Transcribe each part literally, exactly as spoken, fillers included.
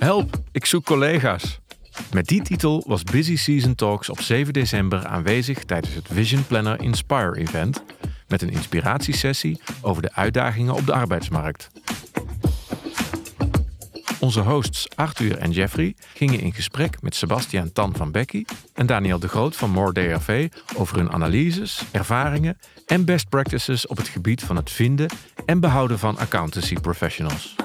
Help, ik zoek collega's. Met die titel was Busy Season Talks op zeven december aanwezig tijdens het Vision Planner Inspire event met een inspiratiesessie over de uitdagingen op de arbeidsmarkt. Onze hosts Arthur en Jeffrey gingen in gesprek met Sebastiaan Tan van Becky en Daniel de Groot van More D R V over hun analyses, ervaringen en best practices op het gebied van het vinden en behouden van accountancy professionals.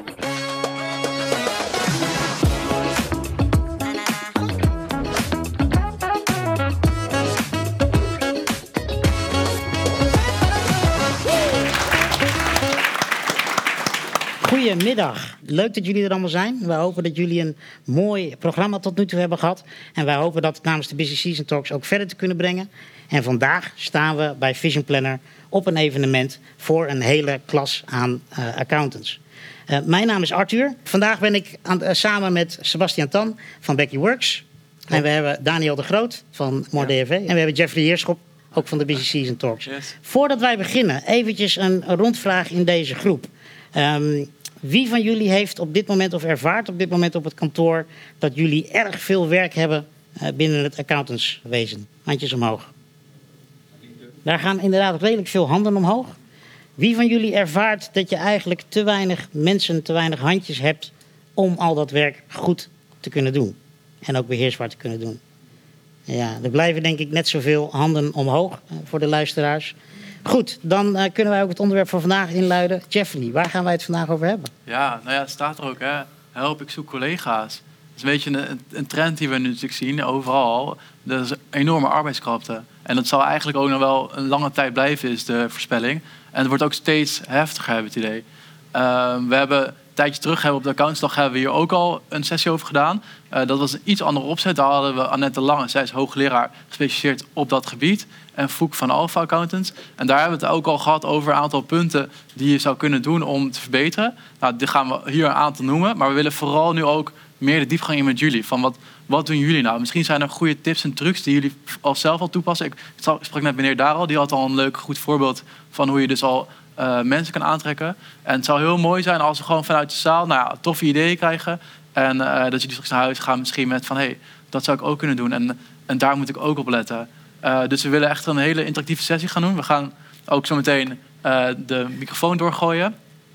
Goedemiddag. Leuk dat jullie er allemaal zijn. Wij hopen dat jullie een mooi programma tot nu toe hebben gehad. En wij hopen dat namens de Busy Season Talks ook verder te kunnen brengen. En vandaag staan we bij Vision Planner op een evenement voor een hele klas aan uh, accountants. Uh, mijn naam is Arthur. Vandaag ben ik aan, uh, samen met Sebastiaan Tan van Becky Works. Oh. En we hebben Daniel de Groot van More ja. D R V. En we hebben Jeffrey Heerschop, ook van de Busy Season Talks. Yes. Voordat wij beginnen, eventjes een rondvraag in deze groep. Um, Wie van jullie heeft op dit moment of ervaart op dit moment op het kantoor dat jullie erg veel werk hebben uh, binnen het accountantswezen? Handjes omhoog. Daar gaan inderdaad redelijk veel handen omhoog. Wie van jullie ervaart dat je eigenlijk te weinig mensen, te weinig handjes hebt om al dat werk goed te kunnen doen? En ook beheersbaar te kunnen doen. Ja, er blijven denk ik net zoveel handen omhoog uh, voor de luisteraars. Goed, dan uh, kunnen wij ook het onderwerp voor vandaag inluiden. Jeffrey, waar gaan wij het vandaag over hebben? Ja, nou ja, het staat er ook, hè. Help, ik zoek collega's. Dat is een beetje een, een trend die we nu natuurlijk zien, overal. Dat is een enorme arbeidskrapte. En dat zal eigenlijk ook nog wel een lange tijd blijven, is de voorspelling. En het wordt ook steeds heftiger, heb ik het idee. Uh, we hebben een tijdje terug, hebben op de accountsdag, hebben we hier ook al een sessie over gedaan. Uh, dat was een iets andere opzet. Daar hadden we Annette Lange, zij is hoogleraar gespecialiseerd op dat gebied. En Fouk van Alpha Accountants. En daar hebben we het ook al gehad over een aantal punten die je zou kunnen doen om te verbeteren. Nou, dit gaan we hier een aantal noemen. Maar we willen vooral nu ook meer de diepgang in met jullie. Van wat, wat doen jullie nou? Misschien zijn er goede tips en trucs die jullie al zelf al toepassen. Ik sprak net meneer Darel, die had al een leuk goed voorbeeld van hoe je dus al uh, mensen kan aantrekken. En het zou heel mooi zijn als we gewoon vanuit de zaal nou ja, toffe ideeën krijgen. En uh, dat jullie straks naar huis gaan misschien met van hé, hey, dat zou ik ook kunnen doen. En, en daar moet ik ook op letten. Uh, dus we willen echt een hele interactieve sessie gaan doen. We gaan ook zo meteen uh, de microfoon doorgooien.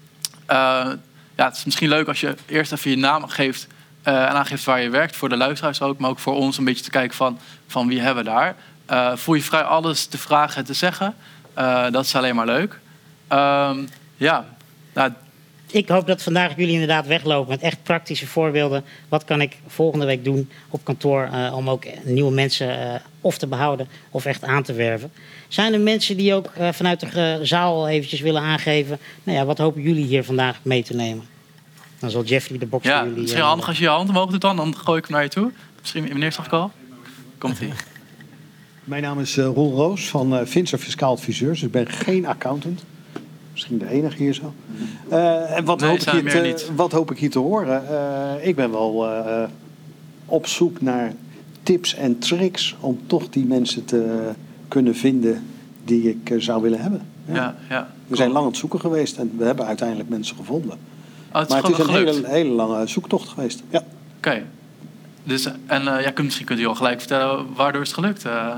Uh, ja, het is misschien leuk als je eerst even je naam geeft uh, en aangeeft waar je werkt. Voor de luisteraars ook, maar ook voor ons een beetje te kijken van, van wie hebben we daar. Uh, voel je vrij alles te vragen en te zeggen. Uh, dat is alleen maar leuk. Uh, ja, nou... Ik hoop dat vandaag jullie inderdaad weglopen met echt praktische voorbeelden. Wat kan ik volgende week doen op kantoor uh, om ook nieuwe mensen uh, of te behouden of echt aan te werven. Zijn er mensen die ook uh, vanuit de uh, zaal al eventjes willen aangeven? Nou ja, wat hopen jullie hier vandaag mee te nemen? Dan zal Jeffrey de box ja, voor jullie... Misschien uh, handig als je je hand omhoog doet dan, dan gooi ik hem naar je toe. Misschien meneer Stafkal. Komt-ie. Mijn naam is uh, Roel Roos van uh, Vinster Fiscaal Adviseurs. Ik ben geen accountant. Misschien de enige hier zo. Uh, en wat, nee, hoop ik hier te, wat hoop ik hier te horen? Uh, ik ben wel uh, op zoek naar tips en tricks om toch die mensen te kunnen vinden die ik uh, zou willen hebben. Ja. Ja, ja, we zijn lang aan het zoeken geweest en we hebben uiteindelijk mensen gevonden. Oh, het is maar het is een hele, gelukt. hele lange zoektocht geweest. Ja. Oké. Okay. Dus, en uh, ja, misschien kunt u al gelijk vertellen waardoor is het gelukt? Uh...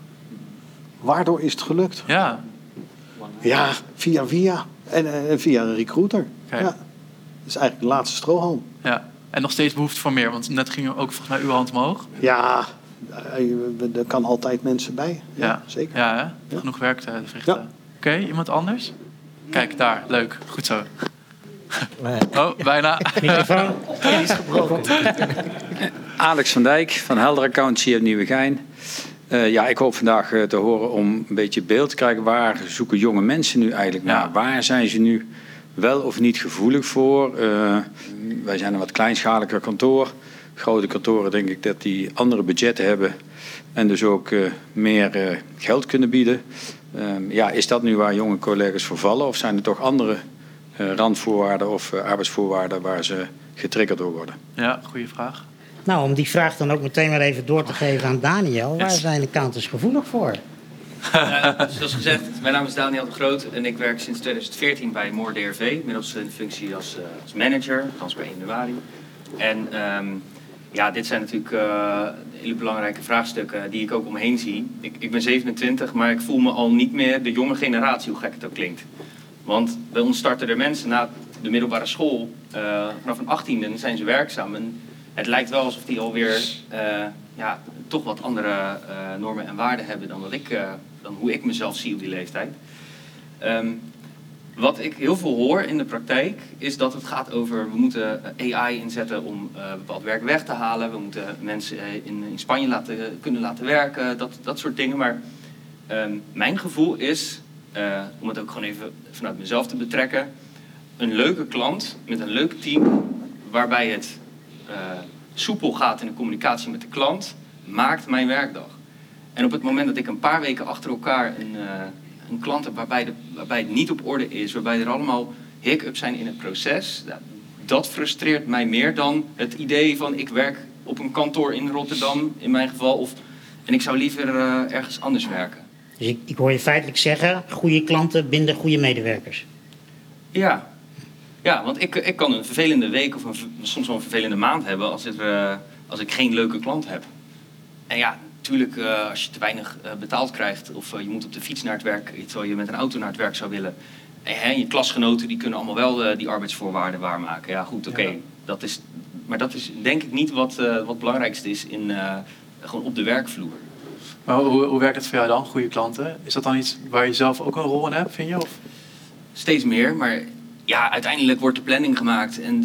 Waardoor is het gelukt? Ja. Ja, via via. En, en via een recruiter. Okay. Ja. Dat is eigenlijk de laatste strohalm. Ja. En nog steeds behoefte voor meer, want net ging ook volgens mij uw hand omhoog. Ja, er kan altijd mensen bij. Ja, ja. Zeker. Ja, hè? Ja. Genoeg werk te verrichten. Ja. Oké, okay, iemand anders? Kijk, daar. Leuk. Goed zo. Nee. Oh, bijna. Microfoon. Die is gebroken. Alex van Dijk van Helder Accountancy uit Nieuwegein. Uh, ja, ik hoop vandaag uh, te horen om een beetje beeld te krijgen. Waar zoeken jonge mensen nu eigenlijk naar? Ja. Waar zijn ze nu wel of niet gevoelig voor? Uh, wij zijn een wat kleinschaliger kantoor. Grote kantoren denk ik dat die andere budgetten hebben. En dus ook uh, meer uh, geld kunnen bieden. Uh, ja, is dat nu waar jonge collega's voor vallen? Of zijn er toch andere uh, randvoorwaarden of uh, arbeidsvoorwaarden waar ze getriggerd door worden? Ja, goede vraag. Nou, om die vraag dan ook meteen maar even door te geven aan Daniel. Waar zijn accountants gevoelig voor? Uh, zoals gezegd, mijn naam is Daniel de Groot en ik werk sinds tweeduizend veertien bij More D R V. Inmiddels in functie als, uh, als manager, althans per één januari. En um, ja, dit zijn natuurlijk uh, hele belangrijke vraagstukken die ik ook omheen zie. Ik, ik ben zevenentwintig, maar ik voel me al niet meer de jonge generatie, hoe gek het ook klinkt. Want bij ons starten er mensen na de middelbare school, uh, vanaf een achttiende zijn ze werkzaam. En het lijkt wel alsof die alweer uh, ja, toch wat andere uh, normen en waarden hebben dan, wat ik, uh, dan hoe ik mezelf zie op die leeftijd. Um, wat ik heel veel hoor in de praktijk is dat het gaat over, we moeten A I inzetten om uh, bepaald werk weg te halen. We moeten mensen in, in Spanje laten, kunnen laten werken, dat, dat soort dingen. Maar um, mijn gevoel is, uh, om het ook gewoon even vanuit mezelf te betrekken, een leuke klant met een leuk team waarbij het uh, soepel gaat in de communicatie met de klant, maakt mijn werkdag. En op het moment dat ik een paar weken achter elkaar een, uh, een klant heb waarbij, de, waarbij het niet op orde is, waarbij er allemaal hiccups zijn in het proces, dat, dat frustreert mij meer dan het idee van ik werk op een kantoor in Rotterdam in mijn geval of, en ik zou liever uh, ergens anders werken. Dus ik, ik hoor je feitelijk zeggen, goede klanten binden goede medewerkers. Ja, ja want ik, ik kan een vervelende week of een, soms wel een vervelende maand hebben als, er, uh, als ik geen leuke klant heb. En ja, natuurlijk uh, als je te weinig uh, betaald krijgt of uh, je moet op de fiets naar het werk terwijl je met een auto naar het werk zou willen. En hè, je klasgenoten die kunnen allemaal wel uh, die arbeidsvoorwaarden waarmaken. Ja goed, oké. Okay. Ja. Dat is, maar dat is denk ik niet wat, uh, wat het belangrijkste is in, uh, gewoon op de werkvloer. Maar hoe, hoe werkt het voor jou dan, goede klanten? Is dat dan iets waar je zelf ook een rol in hebt, vind je? Of? Steeds meer, maar ja, uiteindelijk wordt de planning gemaakt en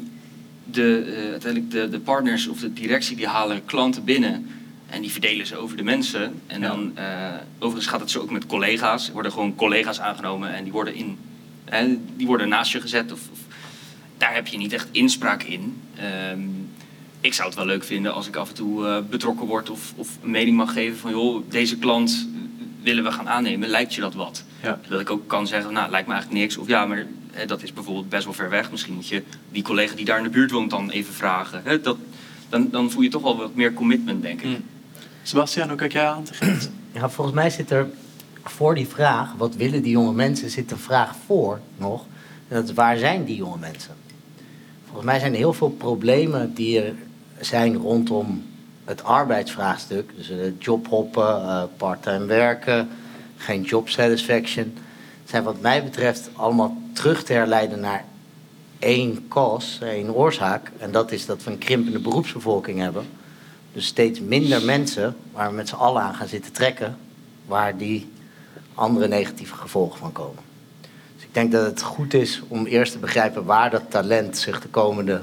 de, uh, uiteindelijk de, de partners of de directie die halen klanten binnen en die verdelen ze over de mensen. En dan, uh, overigens gaat het zo ook met collega's. Er worden gewoon collega's aangenomen en die worden, in, uh, die worden naast je gezet. Of, of, daar heb je niet echt inspraak in. Um, ik zou het wel leuk vinden als ik af en toe uh, betrokken word of, of een mening mag geven van joh, deze klant willen we gaan aannemen, lijkt je dat wat? Ja. Dat ik ook kan zeggen, nou, lijkt me eigenlijk niks. Of ja, maar hè, dat is bijvoorbeeld best wel ver weg. Misschien moet je die collega die daar in de buurt woont dan even vragen. Hè, dat, dan, dan voel je toch wel wat meer commitment, denk ik. Mm. Sebastian, hoe kijk jij aan? Ja, volgens mij zit er voor die vraag, wat willen die jonge mensen, zit een vraag voor nog. En dat is, waar zijn die jonge mensen? Volgens mij zijn er heel veel problemen die er zijn rondom het arbeidsvraagstuk. Dus uh, jobhoppen, uh, parttime werken, geen job satisfaction. Zijn wat mij betreft allemaal terug te herleiden naar één cause, één oorzaak. En dat is dat we een krimpende beroepsbevolking hebben. Dus steeds minder mensen waar we met z'n allen aan gaan zitten trekken, waar die andere negatieve gevolgen van komen. Dus ik denk dat het goed is om eerst te begrijpen waar dat talent zich de komende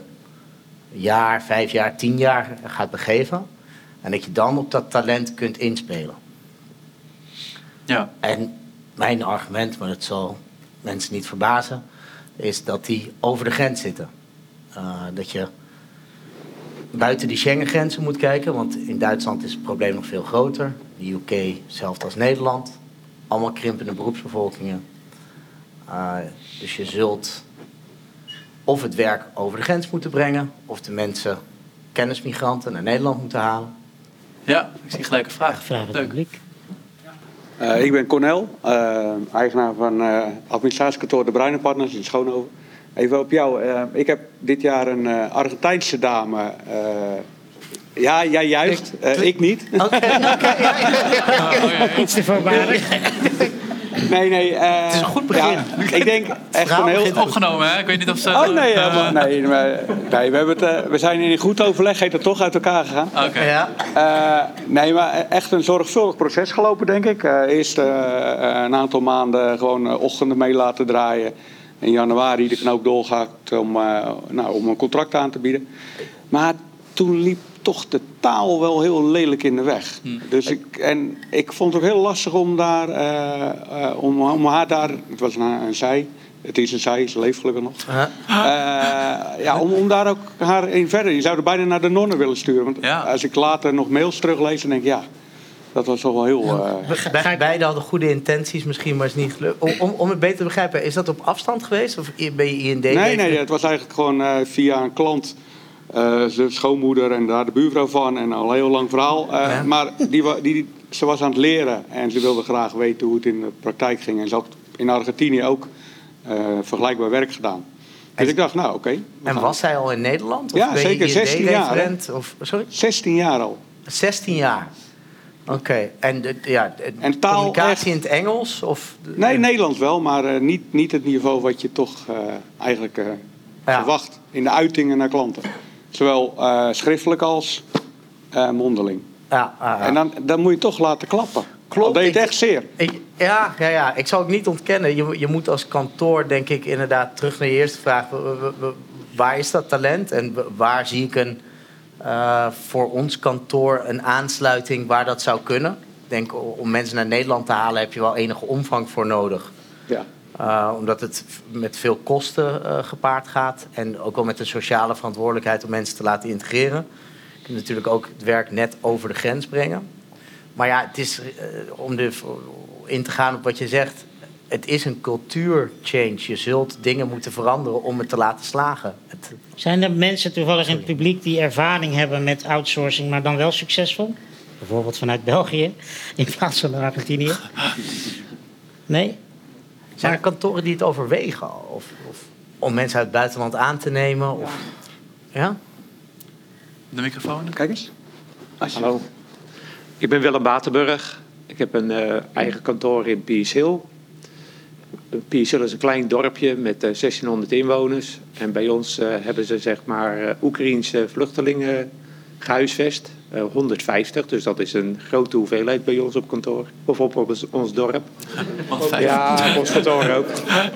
jaar, vijf jaar, tien jaar gaat begeven. En dat je dan op dat talent kunt inspelen. Ja. En mijn argument, maar dat zal mensen niet verbazen, is dat die over de grens zitten. Uh, dat je buiten die Schengen-grenzen moet kijken, want in Duitsland is het probleem nog veel groter. De U K, hetzelfde als Nederland. Allemaal krimpende beroepsbevolkingen. Uh, dus je zult of het werk over de grens moeten brengen, of de mensen, kennismigranten, naar Nederland moeten halen. Ja, ik zie gelijk een vraag. Vraag het publiek. Uh, ik ben Cornel, uh, eigenaar van uh, administratiekantoor De Bruyne Partners in Schoonhoven. Even op jou. Uh, ik heb dit jaar een uh, Argentijnse dame. Uh, ja, jij juist. Uh, ik niet. Oké, oké. Iets te voorbarig. Nee, nee. Uh, het is een goed begin. Ja, ik denk echt een heel... Opgenomen, hè? Ik weet niet of ze... Oh, nee. Uh, nee, maar, nee we, hebben het, uh, we zijn in goed overleg, heet het toch, uit elkaar gegaan. Oké. Okay. Ja. Uh, nee, maar echt een zorgvuldig proces gelopen, denk ik. Uh, eerst uh, een aantal maanden gewoon uh, ochtenden mee laten draaien. In januari de knoop doorgehakt om, uh, nou, om een contract aan te bieden. Maar toen liep toch de taal wel heel lelijk in de weg. Hmm. Dus ik, en ik vond het ook heel lastig om, daar, uh, uh, om, om haar daar... Het was een, een zij. Het is een zij, ze leeft gelukkig nog. Uh, ja, om, om daar ook haar in verder... Je zou er bijna naar de nonnen willen sturen. Want ja. Als ik later nog mails teruglees, dan denk ik... ja, dat was toch wel heel... Uh... Bij, beide hadden goede intenties, misschien, maar is niet gelukt. Om, om, om het beter te begrijpen, is dat op afstand geweest? Of ben je I N D? Nee, nee, het was eigenlijk gewoon uh, via een klant... Uh, zijn schoonmoeder en daar de buurvrouw van en al een heel lang verhaal. Uh, ja. Maar die, die, ze was aan het leren en ze wilde graag weten hoe het in de praktijk ging. En ze had in Argentinië ook uh, vergelijkbaar werk gedaan. Dus ik dacht, nou oké. Okay, en was zij al in Nederland? Of ja, ben zeker. Je zestien jaar. Of, sorry? zestien jaar al. zestien jaar. Oké. Okay. En, de, ja, de en taal communicatie echt... in het Engels? Of... Nee, Nederlands wel, maar uh, niet, niet het niveau wat je toch uh, eigenlijk uh, ja. verwacht in de uitingen naar klanten. Zowel uh, schriftelijk als uh, mondeling. Ja, uh, uh. En dan, dan moet je toch laten klappen. Klopt. Dat deed het echt zeer. Ik, ja, ja, ja, ik zal het niet ontkennen. Je, je moet als kantoor, denk ik, inderdaad terug naar je eerste vraag. Waar is dat talent en waar zie ik een, uh, voor ons kantoor een aansluiting waar dat zou kunnen? Ik denk, om mensen naar Nederland te halen heb je wel enige omvang voor nodig. Ja. Uh, omdat het met veel kosten uh, gepaard gaat. En ook wel met de sociale verantwoordelijkheid om mensen te laten integreren. Je kunt natuurlijk ook het werk net over de grens brengen. Maar ja, het is, uh, om de, in te gaan op wat je zegt... het is een cultuurchange. Je zult dingen moeten veranderen om het te laten slagen. Het... Zijn er mensen toevallig in het publiek die ervaring hebben met outsourcing... maar dan wel succesvol? Bijvoorbeeld vanuit België, in plaats van Argentinië? Nee? Zijn er kantoren die het overwegen? Of, of om mensen uit het buitenland aan te nemen? Of... Ja? De microfoon. Kijk eens. Hallo. Ik ben Willem Batenburg. Ik heb een uh, eigen kantoor in Peace Hill. Peace Hill is een klein dorpje met uh, zestienhonderd inwoners. En bij ons uh, hebben ze zeg maar uh, Oekraïense vluchtelingen gehuisvest. Uh, honderdvijftig, dus dat is een grote hoeveelheid bij ons op kantoor. Of op, op ons, ons dorp. Ja, op ons kantoor ook.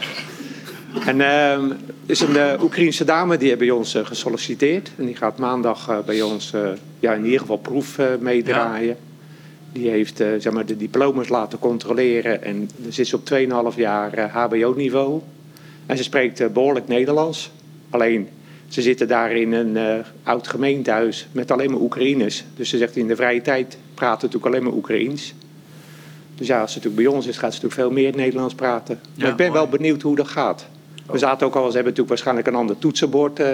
En uh, er is een uh, Oekraïense dame die heeft bij ons uh, gesolliciteerd. En die gaat maandag uh, bij ons uh, ja, in ieder geval proef uh, meedraaien. Ja. Die heeft uh, zeg maar, de diploma's laten controleren. En ze is op twee komma vijf jaar uh, H B O-niveau. En ze spreekt uh, behoorlijk Nederlands. Alleen, ze zitten daar in een uh, oud gemeentehuis met alleen maar Oekraïners. Dus ze zegt in de vrije tijd praten natuurlijk alleen maar Oekraïens. Dus ja, als ze natuurlijk bij ons is, gaat ze natuurlijk veel meer Nederlands praten. Maar ja, ik ben mooi. wel benieuwd hoe dat gaat. We zaten ook al, ze hebben natuurlijk waarschijnlijk een ander toetsenbord. Uh,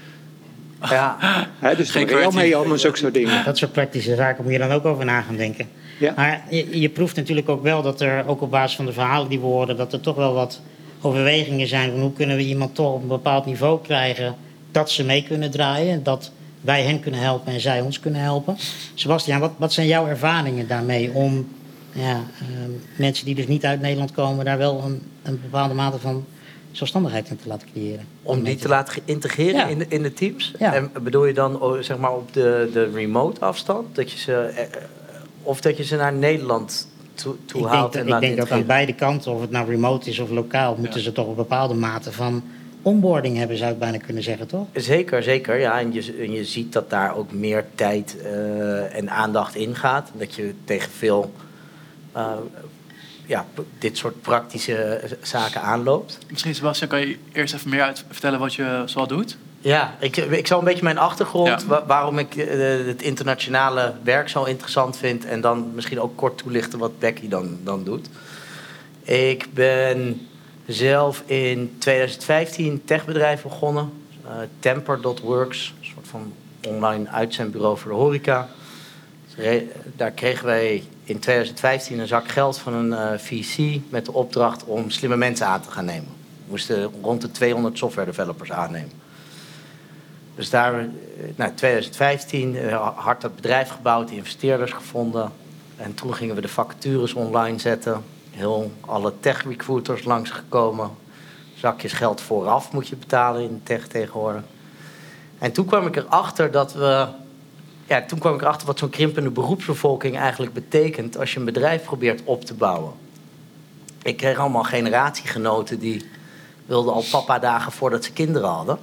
ja. He, dus geen heel mee allemaal zulke soort dingen. Dat soort praktische zaken moet je dan ook over na gaan denken. Ja. Maar je, je proeft natuurlijk ook wel dat er, ook op basis van de verhalen die we horen, dat er toch wel wat overwegingen zijn van hoe kunnen we iemand toch op een bepaald niveau krijgen dat ze mee kunnen draaien. Dat wij hen kunnen helpen en zij ons kunnen helpen. Sebastiaan, wat, wat zijn jouw ervaringen daarmee om ja, uh, mensen die dus niet uit Nederland komen daar wel een, een bepaalde mate van zelfstandigheid in te laten creëren? Om die te laten integreren ja. in, de, in de teams? Ja. En bedoel je dan zeg maar op de, de remote afstand? Dat je ze, of dat je ze naar Nederland toe, toe ik haalt? Denk, en ik denk dat aan beide kanten, of het nou remote is of lokaal, moeten ja. ze toch een bepaalde mate van onboarding hebben, zou ik bijna kunnen zeggen, toch? Zeker, zeker. Ja. En, je, en je ziet dat daar ook meer tijd uh, en aandacht in gaat. Dat je tegen veel uh, ja, dit soort praktische zaken aanloopt. Misschien, Sebastiaan, kan je eerst even meer uit vertellen wat je zoal doet? Ja, ik, ik zal een beetje mijn achtergrond, ja. wa- waarom ik uh, het internationale werk zo interessant vind. En dan misschien ook kort toelichten wat Becky dan, dan doet. Ik ben zelf in twintig vijftien een techbedrijf begonnen. Uh, Temper dot works, een soort van online uitzendbureau voor de horeca. Re- daar kregen wij in twintig vijftien een zak geld van een uh, V C met de opdracht om slimme mensen aan te gaan nemen. We moesten rond de tweehonderd software developers aannemen. Dus daar, nou, twintig vijftien, uh, hard dat bedrijf gebouwd, investeerders gevonden. En toen gingen we de vacatures online zetten. Heel alle tech recruiters langsgekomen. Zakjes geld vooraf moet je betalen in de tech tegenwoordig. En toen kwam ik erachter dat we... Ja, toen kwam ik erachter wat zo'n krimpende beroepsbevolking eigenlijk betekent als je een bedrijf probeert op te bouwen. Ik kreeg allemaal generatiegenoten die wilden al papa-dagen voordat ze kinderen hadden.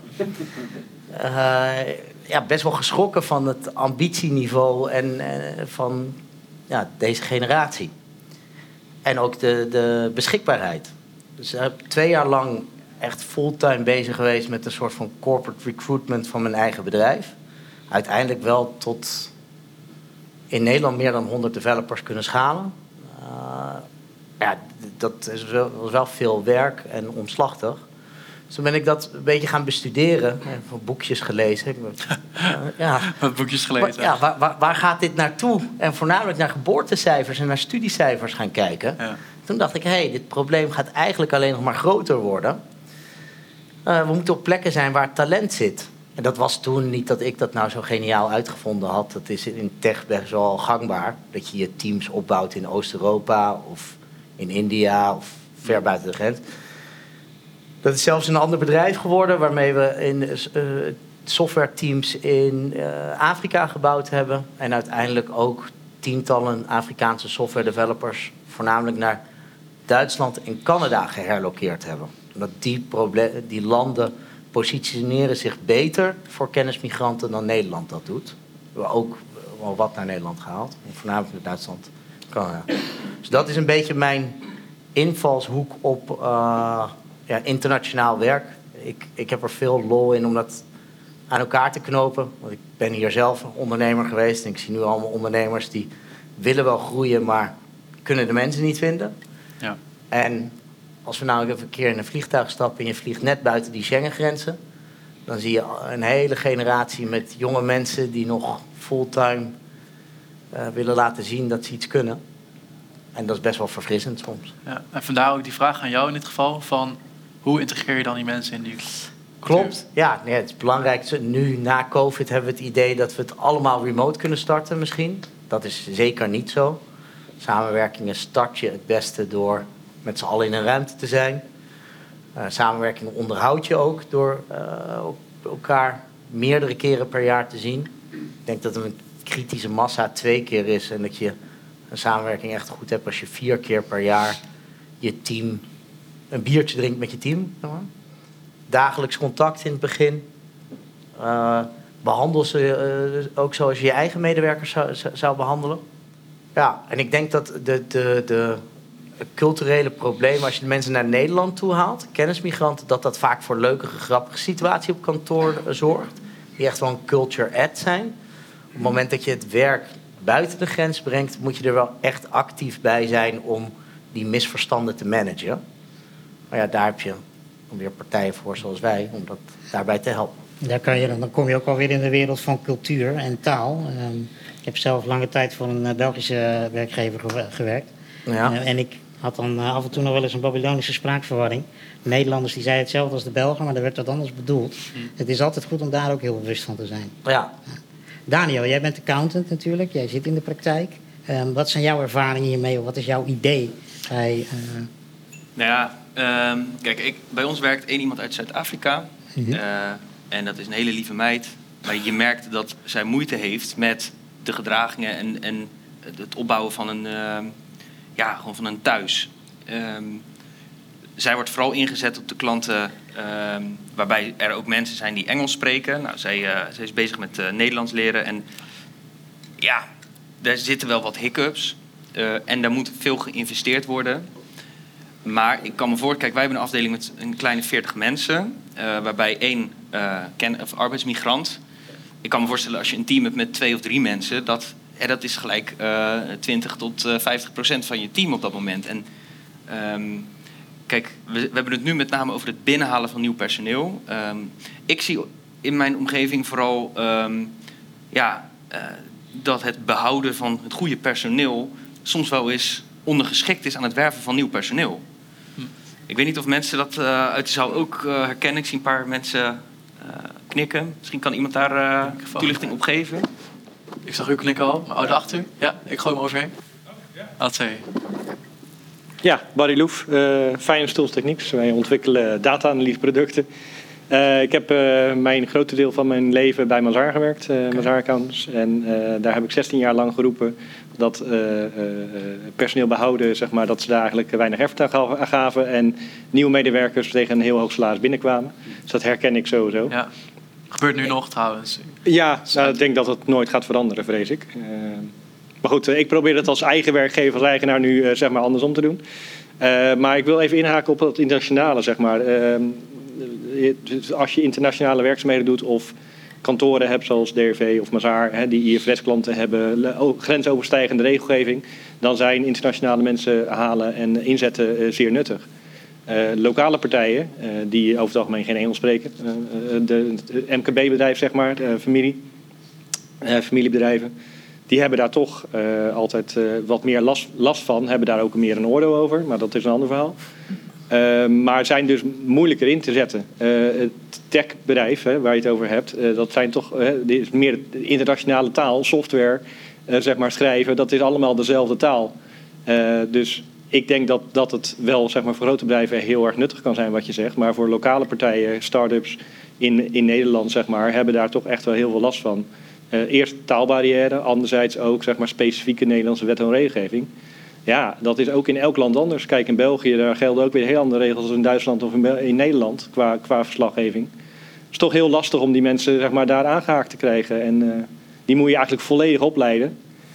Uh, ja, best wel geschrokken van het ambitieniveau en uh, van ja, deze generatie. En ook de, de beschikbaarheid. Dus ik heb twee jaar lang echt fulltime bezig geweest met een soort van corporate recruitment van mijn eigen bedrijf. Uiteindelijk wel tot in Nederland meer dan honderd developers kunnen schalen. Uh, ja, dat is wel, was wel veel werk en omslachtig. Dus toen ben ik dat een beetje gaan bestuderen. Van boekjes gelezen. Uh, ja. Wat boekjes gelezen? Waar, ja, waar, waar, waar gaat dit naartoe? En voornamelijk naar geboortecijfers en naar studiecijfers gaan kijken. Ja. Toen dacht ik, hé, hey, dit probleem gaat eigenlijk alleen nog maar groter worden. Uh, we moeten op plekken zijn waar talent zit. En dat was toen niet dat ik dat nou zo geniaal uitgevonden had. Dat is in tech best wel gangbaar. Dat je je teams opbouwt in Oost-Europa of in India of ver buiten de grens. Dat is zelfs een ander bedrijf geworden waarmee we in uh, softwareteams in uh, Afrika gebouwd hebben. En uiteindelijk ook tientallen Afrikaanse software developers voornamelijk naar Duitsland en Canada geherlokeerd hebben. Omdat die, proble- die landen positioneren zich beter voor kennismigranten dan Nederland dat doet. We hebben ook wel wat naar Nederland gehaald, voornamelijk naar Duitsland en Canada. Dus dat is een beetje mijn invalshoek op uh, ja, internationaal werk. Ik, ik heb er veel lol in om dat aan elkaar te knopen. Want ik ben hier zelf een ondernemer geweest en ik zie nu allemaal ondernemers die willen wel groeien, maar kunnen de mensen niet vinden. Ja. En als we nou even een keer in een vliegtuig stappen en je vliegt net buiten die Schengen-grenzen, dan zie je een hele generatie met jonge mensen die nog fulltime uh, willen laten zien dat ze iets kunnen. En dat is best wel verfrissend soms. Ja, en vandaar ook die vraag aan jou in dit geval van hoe integreer je dan die mensen in die Klopt, ja, nee, het is belangrijk. Nu na COVID hebben we het idee dat we het allemaal remote kunnen starten misschien. Dat is zeker niet zo. Samenwerkingen start je het beste door met z'n allen in een ruimte te zijn. Uh, samenwerking onderhoud je ook door uh, elkaar meerdere keren per jaar te zien. Ik denk dat een kritische massa twee keer is en dat je een samenwerking echt goed hebt als je vier keer per jaar je team een biertje drinkt met je team. Dagelijks contact in het begin. Uh, behandel ze uh, ook zoals je je eigen medewerkers zou, zou behandelen. Ja, en ik denk dat de, de, de culturele problemen, als je de mensen naar Nederland toe haalt, kennismigranten, dat dat vaak voor leuke, grappige situaties op kantoor zorgt. Die echt wel een culture add zijn. Op het moment dat je het werk buiten de grens brengt, moet je er wel echt actief bij zijn om die misverstanden te managen. Maar ja, daar heb je weer partijen voor zoals wij, om dat daarbij te helpen. Daar kan je, dan kom je ook alweer in de wereld van cultuur en taal. Um, ik heb zelf lange tijd voor een Belgische werkgever gewerkt. Ja. Uh, en ik had dan uh, af en toe nog wel eens een Babylonische spraakverwarring. De Nederlanders die zeiden hetzelfde als de Belgen, maar daar werd dat anders bedoeld. Mm. Het is altijd goed om daar ook heel bewust van te zijn. Ja. Ja. Daniel, jij bent accountant natuurlijk, jij zit in de praktijk. Um, wat zijn jouw ervaringen hiermee of wat is jouw idee? Bij, uh... Nou ja, um, kijk, ik, bij ons werkt één iemand uit Zuid-Afrika. Mm-hmm. Uh, en dat is een hele lieve meid. Maar je merkt dat zij moeite heeft met de gedragingen en, en het opbouwen van een, uh, ja, gewoon van een thuis. Um, zij wordt vooral ingezet op de klanten um, waarbij er ook mensen zijn die Engels spreken. Nou, zij, uh, zij is bezig met uh, Nederlands leren en ja, daar zitten wel wat hiccups. Uh, en daar moet veel geïnvesteerd worden. Maar ik kan me voorstellen, kijk, wij hebben een afdeling met een kleine veertig mensen, uh, waarbij één uh, ken, of arbeidsmigrant. Ik kan me voorstellen, als je een team hebt met twee of drie mensen, dat, ja, dat is gelijk uh, twintig tot vijftig procent van je team op dat moment. En um, kijk, we, we hebben het nu met name over het binnenhalen van nieuw personeel. Um, ik zie in mijn omgeving vooral um, ja, uh, dat het behouden van het goede personeel soms wel eens ondergeschikt is aan het werven van nieuw personeel. Hm. Ik weet niet of mensen dat uh, uit de zaal ook uh, herkennen. Ik zie een paar mensen uh, knikken. Misschien kan iemand daar uh, toelichting op geven. Ik zag u knikken al. Oh, daarachter u? Ja, ik gooi hem overheen. A twee. Ja, Barry Loef, uh, Finance Tools Techniques. Wij ontwikkelen data-analyse producten. Uh, ik heb uh, mijn grote deel van mijn leven bij Mazars gewerkt, uh, okay. Mazars Accountants. En uh, daar heb ik zestien jaar lang geroepen dat uh, uh, personeel behouden, zeg maar, dat ze daar eigenlijk weinig effort aan gaven. En nieuwe medewerkers tegen een heel hoog salaris binnenkwamen. Dus dat herken ik sowieso. Ja. Gebeurt nu nog trouwens. Ja, nou, ik denk dat het nooit gaat veranderen, vrees ik. Uh, maar goed, uh, ik probeer het als eigen werkgever, als eigenaar nu uh, zeg maar andersom te doen. Uh, maar ik wil even inhaken op het internationale, zeg maar. Uh, als je internationale werkzaamheden doet of kantoren hebt zoals D R V of Mazars, hè, die I F R S-klanten hebben, grensoverstijgende regelgeving, dan zijn internationale mensen halen en inzetten uh, zeer nuttig. Uh, lokale partijen, uh, die over het algemeen geen Engels spreken, uh, de, de M K B-bedrijf, zeg maar, uh, familie, uh, familiebedrijven, die hebben daar toch uh, altijd uh, wat meer last, last van, hebben daar ook meer een oordeel over, maar dat is een ander verhaal. Uh, maar zijn dus moeilijker in te zetten. Uh, het techbedrijf, hè, waar je het over hebt, uh, dat zijn toch uh, dit is meer internationale taal, software, uh, zeg maar schrijven, dat is allemaal dezelfde taal. Uh, dus ik denk dat, dat het wel zeg maar, voor grote bedrijven heel erg nuttig kan zijn wat je zegt. Maar voor lokale partijen, start-ups in, in Nederland, zeg maar, hebben daar toch echt wel heel veel last van. Uh, eerst taalbarrière, anderzijds ook zeg maar, specifieke Nederlandse wet en regelgeving. Ja, dat is ook in elk land anders. Kijk, in België, daar gelden ook weer heel andere regels als in Duitsland of in, in Nederland qua, qua verslaggeving. Het is toch heel lastig om die mensen zeg maar, daar aangehaakt te krijgen. En uh, die moet je eigenlijk volledig opleiden.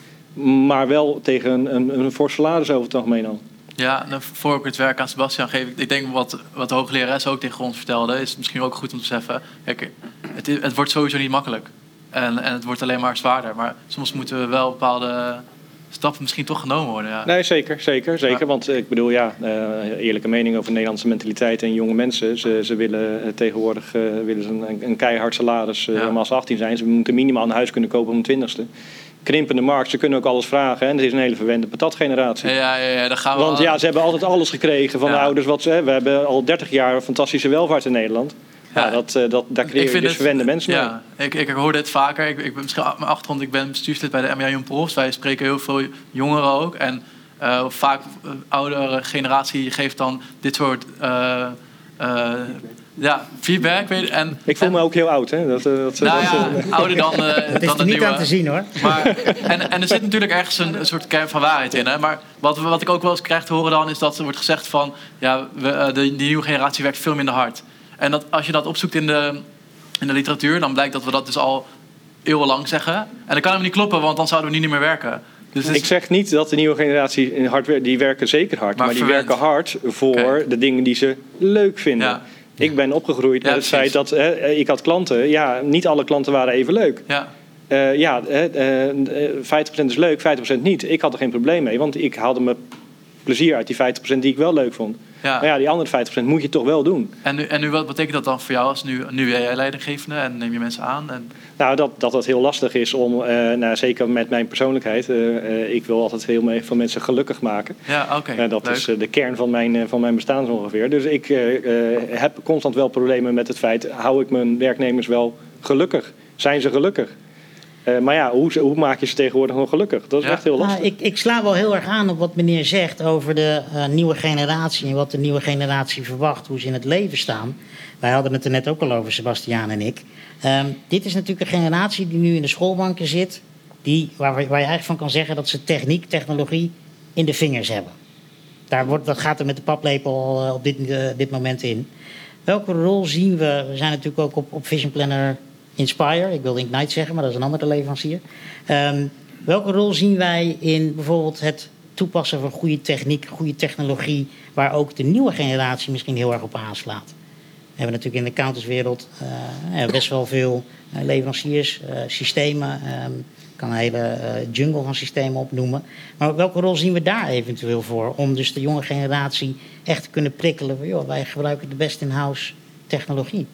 Maar wel tegen een, een, een fors salaris over het algemeen al. Ja, nou, voor ik het werk aan Sebastian geef, ik denk wat, wat de hooglerares ook tegen ons vertelde, is het misschien ook goed om te beseffen. Kijk, het, het wordt sowieso niet makkelijk. En, en het wordt alleen maar zwaarder. Maar soms moeten we wel bepaalde stappen misschien toch genomen worden. Ja. Nee, zeker, zeker, zeker. Ja. Want ik bedoel, ja, uh, eerlijke mening over Nederlandse mentaliteit en jonge mensen. Ze, ze willen uh, tegenwoordig uh, willen ze een, een keihard salaris uh, ja. als ze achttien zijn. Ze moeten minimaal een huis kunnen kopen om de twintigste. Krimpende markt, ze kunnen ook alles vragen. En het is een hele verwende patatgeneratie. Ja, ja, ja, daar gaan we Want al... ja, ze hebben altijd alles gekregen van ja. de ouders. Wat ze, we hebben al dertig jaar fantastische welvaart in Nederland. Ja, ja dat, dat, daar creëer je dus het, verwende mensen ja, mee. Ik, ik hoor dit vaker. Ik, ik ben misschien mijn achtergrond, ik ben bestuurslid bij de M B A Young Profs. Wij spreken heel veel jongeren ook. En uh, vaak uh, oudere generatie geeft dan dit soort... Uh, uh, Ja, feedback. Weet je, en, ik voel en, me ook heel oud, hè? Dat, dat, nou dat, ja, uh, ouder dan, uh, het is dan de niet nieuwe. aan te zien, hoor. Maar, en, en er zit natuurlijk ergens een, een soort kern van waarheid in. Hè? Maar wat, wat ik ook wel eens krijg te horen dan, is dat er wordt gezegd van... ja, we, uh, de, die nieuwe generatie werkt veel minder hard. En dat, als je dat opzoekt in de, in de literatuur, dan blijkt dat we dat dus al eeuwenlang zeggen. En dat kan helemaal niet kloppen, want dan zouden we niet meer werken. Dus ik zeg niet dat de nieuwe generatie hard werkt. Die werken zeker hard. Maar, maar die werken hard voor okay. de dingen die ze leuk vinden. Ja. Ik ben opgegroeid ja, met het precies. feit dat hè, ik had klanten. Ja, niet alle klanten waren even leuk. Ja, uh, ja uh, vijftig procent is leuk, vijftig procent niet. Ik had er geen probleem mee, want ik haalde me plezier uit die vijftig procent die ik wel leuk vond. Ja. Maar ja, die andere vijftig procent moet je toch wel doen. En nu, en nu wat betekent dat dan voor jou als nu, nu jij leidinggevende en neem je mensen aan? En... Nou, dat, dat het heel lastig is om, uh, nou, zeker met mijn persoonlijkheid, uh, uh, ik wil altijd heel veel mensen gelukkig maken. Ja, oké. Okay. Uh, dat Leuk. is uh, de kern van mijn, uh, van mijn bestaan ongeveer. Dus ik uh, uh, heb constant wel problemen met het feit, hou ik mijn werknemers wel gelukkig? Zijn ze gelukkig? Uh, maar ja, hoe, hoe maak je ze tegenwoordig nog gelukkig? Dat is ja. echt heel lastig. Nou, ik, ik sla wel heel erg aan op wat meneer zegt over de uh, nieuwe generatie en wat de nieuwe generatie verwacht, hoe ze in het leven staan. Wij hadden het er net ook al over, Sebastiaan en ik. Um, dit is natuurlijk een generatie die nu in de schoolbanken zit, die, waar, waar je eigenlijk van kan zeggen dat ze techniek, technologie in de vingers hebben. Daar wordt, dat gaat er met de paplepel uh, op dit, uh, dit moment in. Welke rol zien we? We zijn natuurlijk ook op, op Vision Planner Inspire. Ik wilde Ignite zeggen, maar dat is een andere leverancier. Um, welke rol zien wij in bijvoorbeeld het toepassen van goede techniek, goede technologie, waar ook de nieuwe generatie misschien heel erg op aanslaat? We hebben natuurlijk in de accountantswereld uh, best wel veel uh, leveranciers, uh, systemen. Um, ik kan een hele uh, jungle van systemen opnoemen. Maar welke rol zien we daar eventueel voor? Om dus de jonge generatie echt te kunnen prikkelen van, joh, wij gebruiken de best in-house technologie.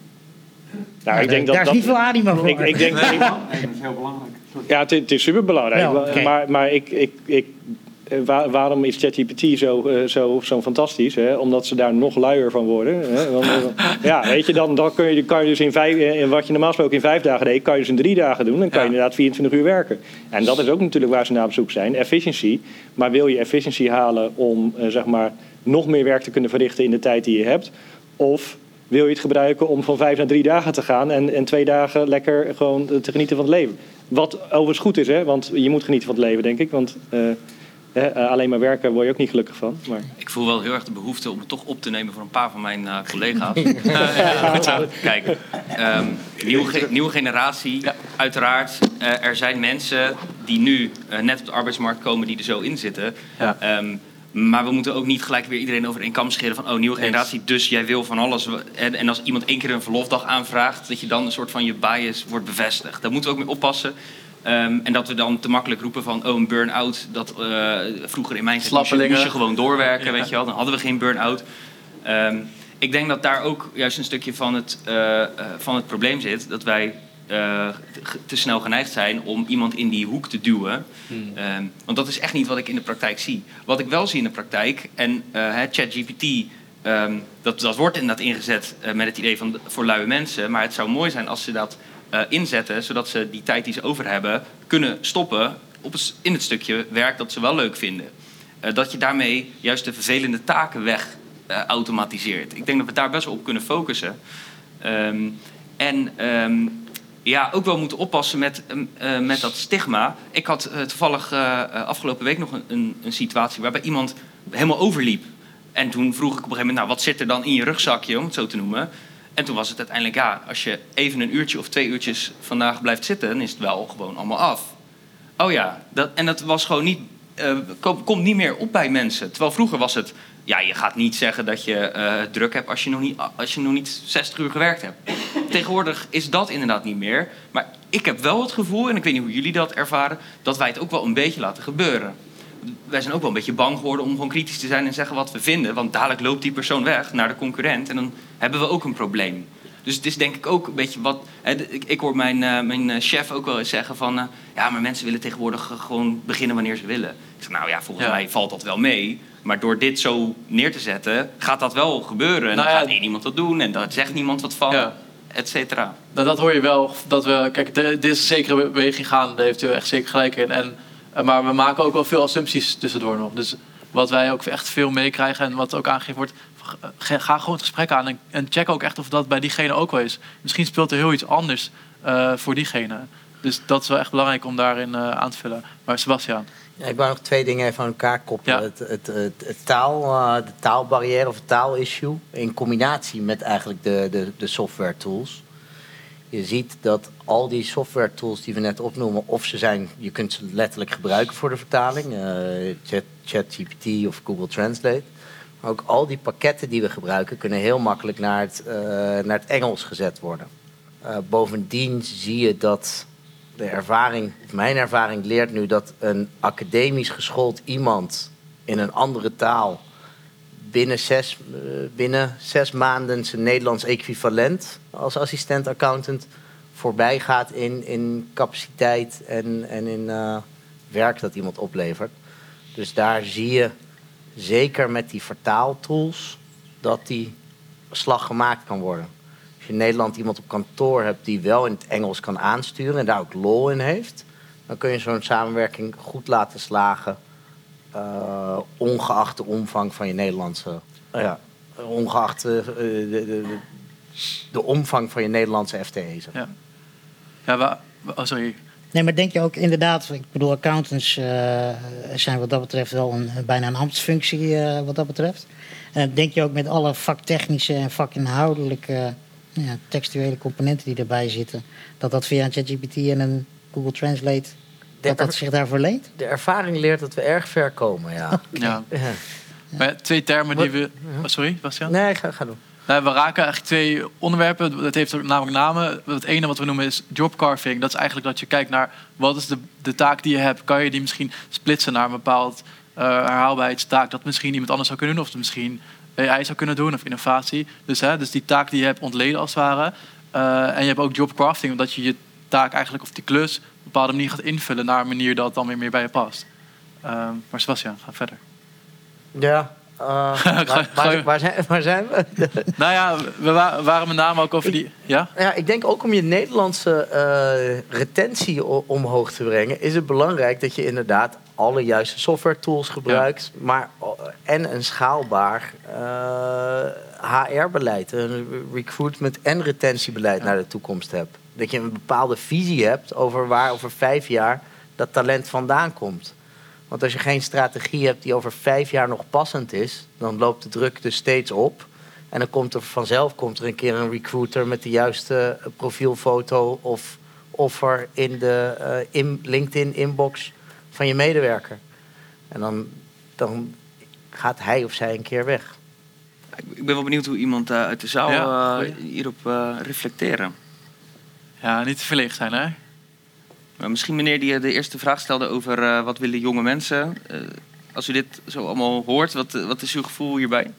Nou, ja, ik denk daar dat, is niet veel animo voor. Ik, ik denk, nee, dat is heel belangrijk. Ja, het, het is superbelangrijk. Ja, okay. Maar, maar ik, ik, ik, waar, waarom is ChatGPT zo, uh, zo, zo fantastisch? Hè? Omdat ze daar nog luier van worden. Hè? Want, ja, weet je, dan, dan kun je, kan je dus in vijf, in wat je normaal gesproken in vijf dagen deed, kan je dus in drie dagen doen. Dan kan je ja. inderdaad vierentwintig uur werken. En dat is ook natuurlijk waar ze naar op zoek zijn. Efficiency. Maar wil je efficiency halen om uh, zeg maar, nog meer werk te kunnen verrichten in de tijd die je hebt? Of wil je het gebruiken om van vijf naar drie dagen te gaan en, en twee dagen lekker gewoon te genieten van het leven? Wat overigens goed is, hè? Want je moet genieten van het leven, denk ik. Want uh, uh, alleen maar werken word je ook niet gelukkig van. Maar... Ik voel wel heel erg de behoefte om het toch op te nemen voor een paar van mijn uh, collega's. uh, ja, goed zo. Kijk, um, nieuwe, ge- nieuwe generatie, ja. uiteraard. Uh, er zijn mensen die nu uh, net op de arbeidsmarkt komen die er zo in zitten. Ja. Um, Maar we moeten ook niet gelijk weer iedereen over één kam scheren van oh, nieuwe generatie, dus jij wil van alles. En, en als iemand één keer een verlofdag aanvraagt, dat je dan een soort van je bias wordt bevestigd. Daar moeten we ook mee oppassen. Um, en dat we dan te makkelijk roepen van oh, een burn-out. Dat uh, vroeger in mijn tijd moest je, moest je gewoon doorwerken, ja. weet je wel. Dan hadden we geen burn-out. Um, ik denk dat daar ook juist een stukje van het, uh, uh, van het probleem zit. Dat wij Uh, te snel geneigd zijn om iemand in die hoek te duwen. Hmm. Um, want dat is echt niet wat ik in de praktijk zie. Wat ik wel zie in de praktijk, en uh, ChatGPT Um, dat, dat wordt inderdaad ingezet uh, met het idee van voor luie mensen. Maar het zou mooi zijn als ze dat uh, inzetten, zodat ze die tijd die ze over hebben kunnen stoppen op het, in het stukje werk dat ze wel leuk vinden. Uh, dat je daarmee juist de vervelende taken weg uh, automatiseert. Ik denk dat we daar best wel op kunnen focussen. Um, en um, ja, ook wel moeten oppassen met, uh, met dat stigma. Ik had uh, toevallig uh, afgelopen week nog een, een, een situatie waarbij iemand helemaal overliep. En toen vroeg ik op een gegeven moment, nou, wat zit er dan in je rugzakje, om het zo te noemen. En toen was het uiteindelijk, ja, als je even een uurtje of twee uurtjes vandaag blijft zitten, dan is het wel gewoon allemaal af. Oh ja, dat, en dat was gewoon niet, uh, kom, komt niet meer op bij mensen. Terwijl vroeger was het, ja, je gaat niet zeggen dat je uh, druk hebt als je, nog niet, als je nog niet zestig uur gewerkt hebt. Tegenwoordig is dat inderdaad niet meer. Maar ik heb wel het gevoel, en ik weet niet hoe jullie dat ervaren, dat wij het ook wel een beetje laten gebeuren. Wij zijn ook wel een beetje bang geworden om gewoon kritisch te zijn en zeggen wat we vinden. Want dadelijk loopt die persoon weg naar de concurrent en dan hebben we ook een probleem. Dus het is denk ik ook een beetje wat... Hè, ik, ik hoor mijn, uh, mijn chef ook wel eens zeggen van... Uh, ja, maar mensen willen tegenwoordig uh, gewoon beginnen wanneer ze willen. Ik zeg, nou ja, volgens ja. mij valt dat wel mee. Maar door dit zo neer te zetten, gaat dat wel gebeuren. En nou, dan gaat ja. één iemand dat doen en daar zegt niemand wat van, ja. et cetera. Nou, dat hoor je wel. Dat we, kijk, dit is een zekere beweging gaan. Daar heeft u echt zeker gelijk in. En, maar we maken ook wel veel assumpties tussendoor nog. Dus wat wij ook echt veel meekrijgen en wat ook aangegeven wordt... ga gewoon het gesprek aan en, en check ook echt of dat bij diegene ook wel is. Misschien speelt er heel iets anders uh, voor diegene. Dus dat is wel echt belangrijk om daarin uh, aan te vullen. Maar Sebastiaan? Ja, ik wou nog twee dingen even aan elkaar koppelen. Ja. Het, het, het, het taal, uh, de taalbarrière of het taalissue in combinatie met eigenlijk de, de, de software tools. Je ziet dat al die software tools die we net opnoemen, of ze zijn, je kunt ze letterlijk gebruiken voor de vertaling, uh, ChatGPT of Google Translate. Maar ook al die pakketten die we gebruiken kunnen heel makkelijk naar het, uh, naar het Engels gezet worden. Uh, bovendien zie je dat de ervaring, of mijn ervaring leert nu dat een academisch geschoold iemand in een andere taal binnen zes, uh, binnen zes maanden zijn Nederlands equivalent als assistent-accountant voorbij gaat in, in capaciteit en, en in uh, werk dat iemand oplevert. Dus daar zie je zeker met die vertaaltools dat die slag gemaakt kan worden. Als je in Nederland iemand op kantoor hebt die wel in het Engels kan aansturen en daar ook lol in heeft, dan kun je zo'n samenwerking goed laten slagen, uh, ongeacht de omvang van je Nederlandse, uh, ja, ongeacht uh, de, de, de, de omvang van je Nederlandse F T E. Ja, ja waar, oh, sorry. Nee, maar denk je ook inderdaad, ik bedoel, accountants uh, zijn wat dat betreft wel een, bijna een ambtsfunctie uh, wat dat betreft. Uh, denk je ook met alle vaktechnische en vakinhoudelijke uh, ja, textuele componenten die erbij zitten, dat dat via een ChatGPT en een Google Translate, dat dat zich daarvoor leent? De ervaring leert dat we erg ver komen, ja. Okay. Ja. ja. Maar twee termen die we... Oh, sorry, Bastiaan? Nee, ga, ga doen. Nou, we raken eigenlijk twee onderwerpen. Dat heeft ook namelijk namen. Het ene wat we noemen is job carving. Dat is eigenlijk dat je kijkt naar wat is de, de taak die je hebt. Kan je die misschien splitsen naar een bepaald uh, herhaalbaarheidstaak dat misschien iemand anders zou kunnen doen. Of misschien A I zou kunnen doen of innovatie. Dus, hè, dus die taak die je hebt ontleden als het ware. Uh, en je hebt ook job crafting. Omdat je je taak eigenlijk of die klus op een bepaalde manier gaat invullen naar een manier dat dan weer meer bij je past. Uh, maar Sebastiaan, ga verder. Ja. Uh, waar, waar, waar, zijn, waar zijn we? Nou ja, we waren met name ook over ik, die... Ja? ja, ik denk ook om je Nederlandse uh, retentie o- omhoog te brengen, is het belangrijk dat je inderdaad alle juiste software tools gebruikt, ja. maar en een schaalbaar uh, H R-beleid, een recruitment en retentiebeleid ja. naar de toekomst hebt. Dat je een bepaalde visie hebt over waar over vijf jaar dat talent vandaan komt. Want als je geen strategie hebt die over vijf jaar nog passend is, dan loopt de druk dus steeds op. En dan komt er vanzelf komt er een keer een recruiter met de juiste profielfoto of offer in de uh, in LinkedIn-inbox van je medewerker. En dan, dan gaat hij of zij een keer weg. Ik ben wel benieuwd hoe iemand uh, uit de zaal ja, uh, hierop uh, reflecteren. Ja, niet te verlicht zijn, hè? Maar misschien meneer die de eerste vraag stelde over uh, wat willen jonge mensen. Uh, als u dit zo allemaal hoort, wat, wat is uw gevoel hierbij?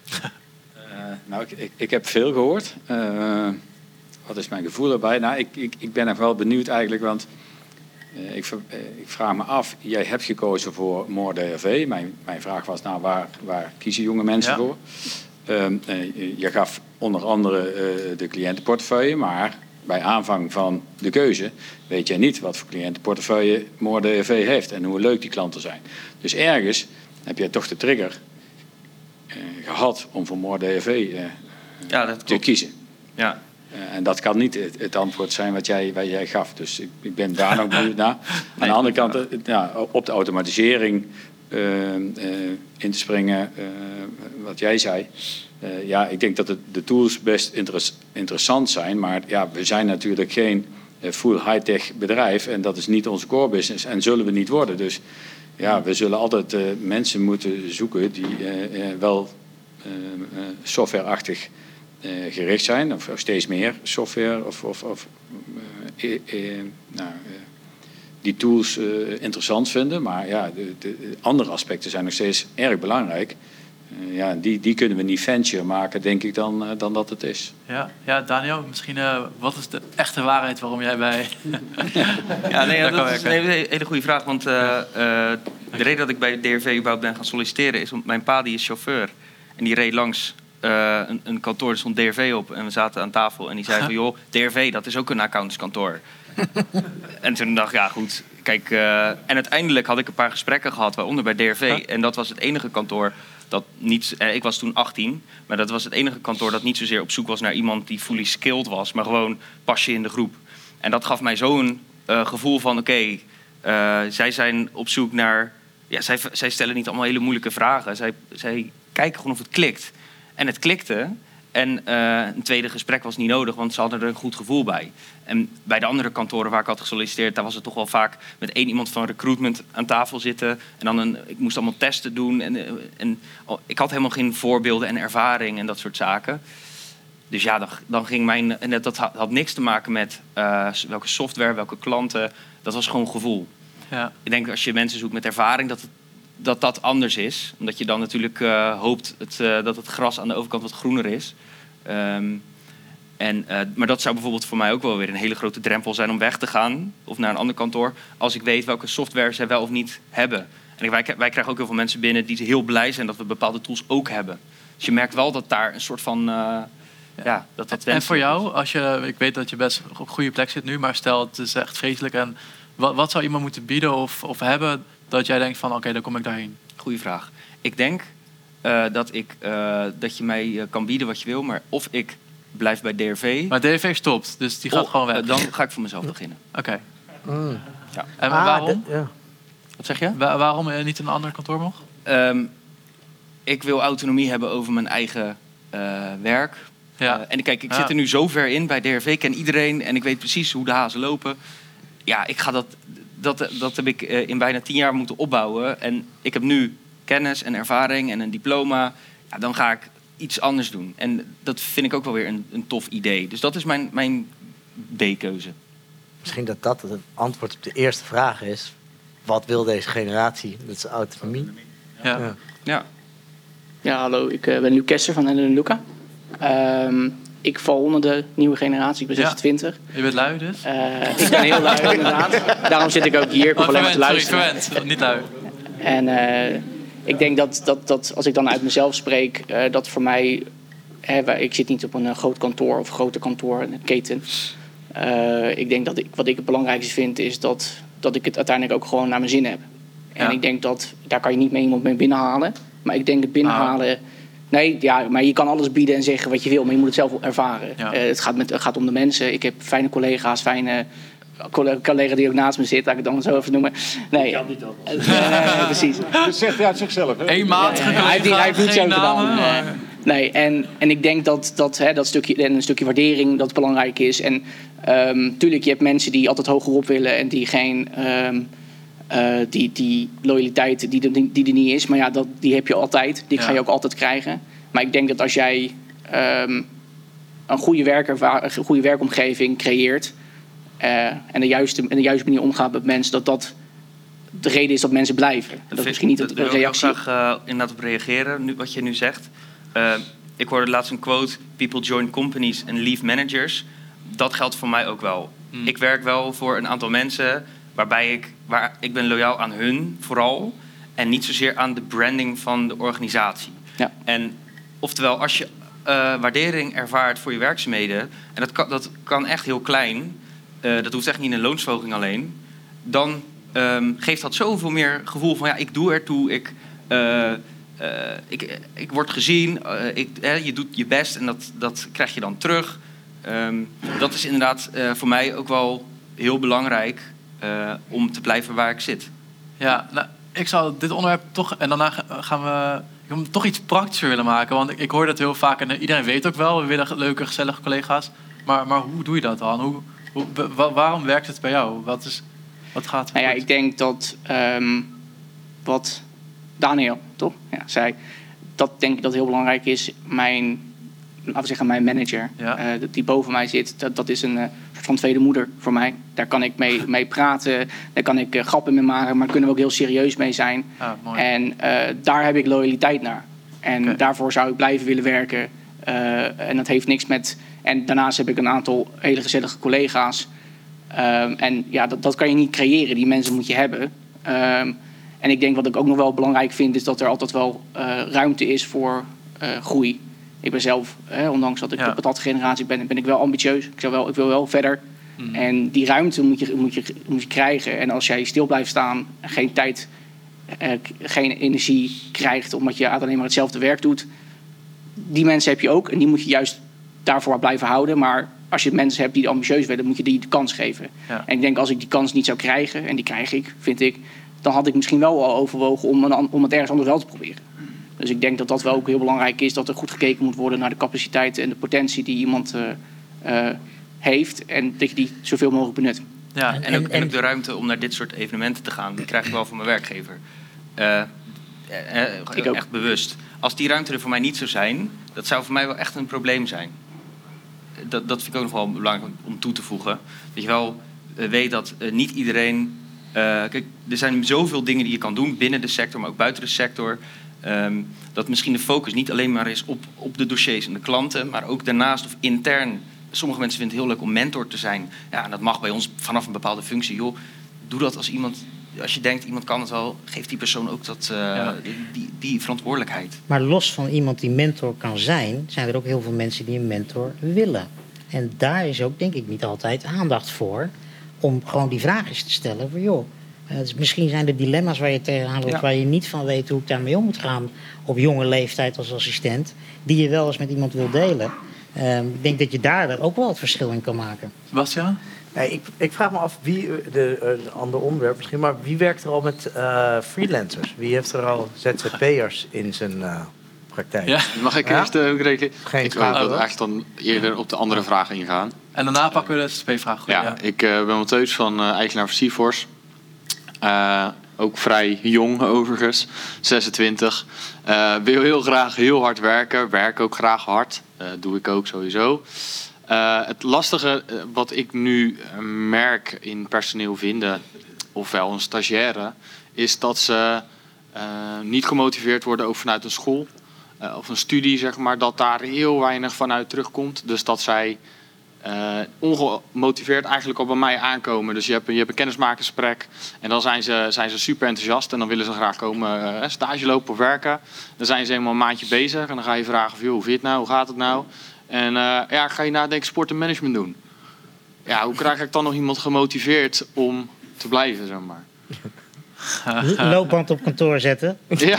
Uh, nou, ik, ik, ik heb veel gehoord. Uh, wat is mijn gevoel daarbij? Nou, ik, ik, ik ben nog wel benieuwd eigenlijk, want uh, ik, uh, ik vraag me af, jij hebt gekozen voor More D R V. Mijn, mijn vraag was, nou, waar, waar kiezen jonge mensen ja. voor? Um, uh, je gaf onder andere uh, de cliëntenportefeuille, maar bij aanvang van de keuze weet jij niet wat voor cliëntenportefeuille More D R V heeft en hoe leuk die klanten zijn. Dus ergens heb jij toch de trigger uh, gehad om voor More D R V uh, ja, dat te klopt. kiezen. Ja. Uh, en dat kan niet het, het antwoord zijn wat jij, wat jij gaf. Dus ik, ik ben daar nog benieuwd naar. Aan de andere kant, uh, ja, op de automatisering uh, uh, in te springen, uh, wat jij zei. Uh, ja, ik denk dat het, de tools best interes, interessant zijn, maar ja, we zijn natuurlijk geen uh, full high-tech bedrijf en dat is niet onze core business en zullen we niet worden. Dus ja, we zullen altijd uh, mensen moeten zoeken die uh, uh, wel uh, uh, softwareachtig uh, gericht zijn, of, of steeds meer software of, of, of uh, uh, uh, nou, uh, die tools uh, interessant vinden, maar ja, de, de andere aspecten zijn nog steeds erg belangrijk. Uh, ja, die, die kunnen we niet fancier maken, denk ik, dan, uh, dan dat het is. Ja, ja Daniel, misschien uh, wat is de echte waarheid waarom jij bij... ja, nee, ja, dat is een hele, hele goede vraag. Want uh, uh, de reden dat ik bij D R V überhaupt ben gaan solliciteren is... omdat mijn pa die is chauffeur en die reed langs uh, een, een kantoor, er stond D R V op... en we zaten aan tafel en die zei van... joh, D R V, dat is ook een accountantskantoor. En toen dacht ik, ja goed, kijk... Uh, en uiteindelijk had ik een paar gesprekken gehad, waaronder bij D R V... Huh? En dat was het enige kantoor... Dat niet, eh, ik was toen achttien, maar dat was het enige kantoor dat niet zozeer op zoek was naar iemand die fully skilled was, maar gewoon pas je in de groep. En dat gaf mij zo'n uh, gevoel van, oké, okay, uh, zij zijn op zoek naar... Ja, zij, zij stellen niet allemaal hele moeilijke vragen. Zij, zij kijken gewoon of het klikt. En het klikte. En uh, een tweede gesprek was niet nodig, want ze hadden er een goed gevoel bij. En bij de andere kantoren waar ik had gesolliciteerd... daar was het toch wel vaak met één iemand van recruitment aan tafel zitten. En dan een, ik moest allemaal testen doen. En, en oh, ik had helemaal geen voorbeelden en ervaring en dat soort zaken. Dus ja, dan, dan ging mijn... En dat had, had niks te maken met uh, welke software, welke klanten. Dat was gewoon gevoel. Ja. Ik denk als je mensen zoekt met ervaring... dat het, dat dat anders is. Omdat je dan natuurlijk uh, hoopt het, uh, dat het gras aan de overkant wat groener is. Um, en, uh, maar dat zou bijvoorbeeld voor mij ook wel weer een hele grote drempel zijn om weg te gaan. Of naar een ander kantoor. Als ik weet welke software ze wel of niet hebben. En wij, wij krijgen ook heel veel mensen binnen die heel blij zijn dat we bepaalde tools ook hebben. Dus je merkt wel dat daar een soort van... Uh, ja. Ja, dat dat en voor jou, als je, ik weet dat je best op een goede plek zit nu. Maar stel het is echt vreselijk. En wat, wat zou iemand moeten bieden of, of hebben... dat jij denkt van oké, okay, dan kom ik daarheen? Goeie vraag. Ik denk uh, dat, ik, uh, dat je mij uh, kan bieden wat je wil, maar of ik blijf bij D R V... Maar D R V stopt, dus die gaat oh, gewoon weg? Uh, dan ga ik voor mezelf beginnen. Oké. Okay. Mm. Ja. En ah, waarom? De, ja. Wat zeg je? Wa- waarom uh, niet een ander kantoor nog? Um, ik wil autonomie hebben over mijn eigen uh, werk. Ja. Uh, en kijk, ik zit er nu zo ver in bij D R V, ik ken iedereen en ik weet precies hoe de hazen lopen. Ja, ik ga dat... Dat, dat heb ik in bijna tien jaar moeten opbouwen. En ik heb nu kennis en ervaring en een diploma. Ja, dan ga ik iets anders doen. En dat vind ik ook wel weer een, een tof idee. Dus dat is mijn, mijn B-keuze. Misschien dat dat het antwoord op de eerste vraag is. Wat wil deze generatie met zijn autonomie? Ja. Ja. Ja. Ja, hallo. Ik uh, ben Luc Kester van Ellen en Luca. Um, Ik val onder de nieuwe generatie, ik ben zesentwintig. Ja. Je bent lui dus? Uh, ik ben heel lui, inderdaad. Daarom zit ik ook hier, ik hoef oh, alleen maar te luisteren. Sorry, verwend, niet lui. En uh, ik denk dat, dat, dat als ik dan uit mezelf spreek, uh, dat voor mij... Hè, ik zit niet op een uh, groot kantoor of een grote kantoor, een keten. Uh, ik denk dat ik, wat ik het belangrijkste vind, is dat, dat ik het uiteindelijk ook gewoon naar mijn zin heb. En ja. ik denk dat, daar kan je niet mee iemand mee binnenhalen. Maar ik denk het binnenhalen... Ah. Nee, ja, maar je kan alles bieden en zeggen wat je wil, maar je moet het zelf ervaren. Ja. Uh, het, gaat met, het gaat om de mensen. Ik heb fijne collega's, fijne collega die ook naast me zit, laat ik het dan zo even noemen. Nee, ik kan niet anders. Uh, uh, precies. Dat zegt hij uit zichzelf, hè? Eenmatige collega, hij, hij heeft niet zo gedaan. Maar... Uh, nee, en, en ik denk dat, dat, hè, dat stukje, en een stukje waardering dat belangrijk is. En um, tuurlijk, je hebt mensen die altijd hogerop willen en die geen... Um, Uh, die, die loyaliteit die, die, die er niet is. Maar ja, dat, die heb je altijd. Die ja. ga je ook altijd krijgen. Maar ik denk dat als jij um, een, goede werker, een goede werkomgeving creëert... Uh, en de juiste, en de juiste manier omgaat met mensen... dat dat de reden is dat mensen blijven. Dat, dat is misschien niet de reactie. Daar wil ik graag uh, inderdaad op reageren, nu, wat je nu zegt. Uh, ik hoorde laatst een quote... People join companies and leave managers. Dat geldt voor mij ook wel. Hmm. Ik werk wel voor een aantal mensen... waarbij ik, waar, ik ben loyaal aan hun vooral... en niet zozeer aan de branding van de organisatie. Ja. En oftewel, als je uh, waardering ervaart voor je werkzaamheden... en dat kan, dat kan echt heel klein... Uh, dat hoeft echt niet in een loonsverhoging alleen... dan um, geeft dat zoveel meer gevoel van... ja, ik doe ertoe, ik, uh, uh, ik, ik word gezien... Uh, ik, uh, je doet je best en dat, dat krijg je dan terug. Um, dat is inderdaad uh, voor mij ook wel heel belangrijk... Uh, om te blijven waar ik zit. Ja, nou, ik zou dit onderwerp toch... en daarna gaan we... ik wil toch iets praktischer willen maken. Want ik, ik hoor dat heel vaak... en iedereen weet ook wel... we willen leuke, gezellige collega's. Maar, maar hoe doe je dat dan? Hoe, hoe, wa, waarom werkt het bij jou? Wat, is, wat gaat er nou ja, ik denk dat... Um, wat Daniel, toch? Ja, zei... dat denk ik dat heel belangrijk is. Mijn... laten we zeggen, mijn manager, ja. uh, die boven mij zit, dat, dat is een uh, soort van tweede moeder voor mij. Daar kan ik mee, mee praten, daar kan ik uh, grappen mee maken, maar kunnen we ook heel serieus mee zijn. Ah, mooi. En uh, daar heb ik loyaliteit naar. En okay. daarvoor zou ik blijven willen werken. Uh, en dat heeft niks met... En daarnaast heb ik een aantal hele gezellige collega's. Um, en ja, dat, dat kan je niet creëren, die mensen moet je hebben. Um, en ik denk wat ik ook nog wel belangrijk vind, is dat er altijd wel uh, ruimte is voor uh, groei. Ik ben zelf, hè, ondanks dat ik ja. de patatgeneratie ben, ben ik wel ambitieus. Ik, zou wel, ik wil wel verder. Mm. En die ruimte moet je, moet, je, moet je krijgen. En als jij stil blijft staan, geen tijd, eh, geen energie krijgt... omdat je alleen maar hetzelfde werk doet... die mensen heb je ook. En die moet je juist daarvoor blijven houden. Maar als je mensen hebt die ambitieus willen, moet je die de kans geven. Ja. En ik denk, als ik die kans niet zou krijgen, en die krijg ik, vind ik... dan had ik misschien wel al overwogen om, een, om het ergens anders wel te proberen. Dus ik denk dat dat wel ook heel belangrijk is... dat er goed gekeken moet worden naar de capaciteit en de potentie die iemand uh, uh, heeft... en dat je die zoveel mogelijk benut. Ja, en, en, ook, en ook de ruimte om naar dit soort evenementen te gaan... die krijg ik wel van mijn werkgever. Uh, uh, ik ook. Echt bewust. Als die ruimte er voor mij niet zou zijn... dat zou voor mij wel echt een probleem zijn. Dat, dat vind ik ook nog wel belangrijk om toe te voegen. Dat je wel uh, weet dat uh, niet iedereen... Uh, kijk, er zijn zoveel dingen die je kan doen binnen de sector... maar ook buiten de sector... Um, dat misschien de focus niet alleen maar is op, op de dossiers en de klanten... maar ook daarnaast of intern. Sommige mensen vinden het heel leuk om mentor te zijn. Ja, en dat mag bij ons vanaf een bepaalde functie. Joh, doe dat als iemand... als je denkt, iemand kan het wel... geef die persoon ook dat, uh, ja. die, die verantwoordelijkheid. Maar los van iemand die mentor kan zijn... zijn er ook heel veel mensen die een mentor willen. En daar is ook, denk ik, niet altijd aandacht voor... om gewoon die vraag eens te stellen van... joh, Uh, dus misschien zijn er dilemma's waar je tegenaan loopt... Ja. waar je niet van weet hoe ik daarmee om moet gaan... op jonge leeftijd als assistent... die je wel eens met iemand wil delen. Uh, ik denk dat je daar ook wel het verschil in kan maken. Bastiaan? Nee, ik, ik vraag me af, wie, de, een ander onderwerp misschien... maar wie werkt er al met uh, freelancers? Wie heeft er al Z Z P'ers in zijn uh, praktijk? Ja. Mag ik eerst uh, rekenen? Geen ik wil eigenlijk dan eerder op de andere vragen ingaan. En daarna pakken we de S Z P-vraag. Ja, ja, ik uh, ben Mattheus van uh, eigenaar van Seaforce... Uh, ook vrij jong overigens, zesentwintig. Uh, wil heel graag heel hard werken, werk ook graag hard. Uh, doe ik ook sowieso. Uh, het lastige uh, wat ik nu uh, merk in personeel vinden, ofwel een stagiaire, is dat ze uh, niet gemotiveerd worden ook vanuit een school uh, of een studie, zeg maar, dat daar heel weinig vanuit terugkomt. Dus dat zij Uh, ongemotiveerd eigenlijk al bij mij aankomen. Dus je hebt, je hebt een kennismakersgesprek en dan zijn ze, zijn ze super enthousiast en dan willen ze graag komen uh, stage lopen of werken. Dan zijn ze helemaal een maandje bezig en dan ga je vragen van, joh, hoe vind je het nou, hoe gaat het nou? En uh, ja, ga je nadenken sport en management doen. Ja, hoe krijg ik dan nog iemand gemotiveerd om te blijven, zeg maar? Loopband op kantoor zetten. Ja,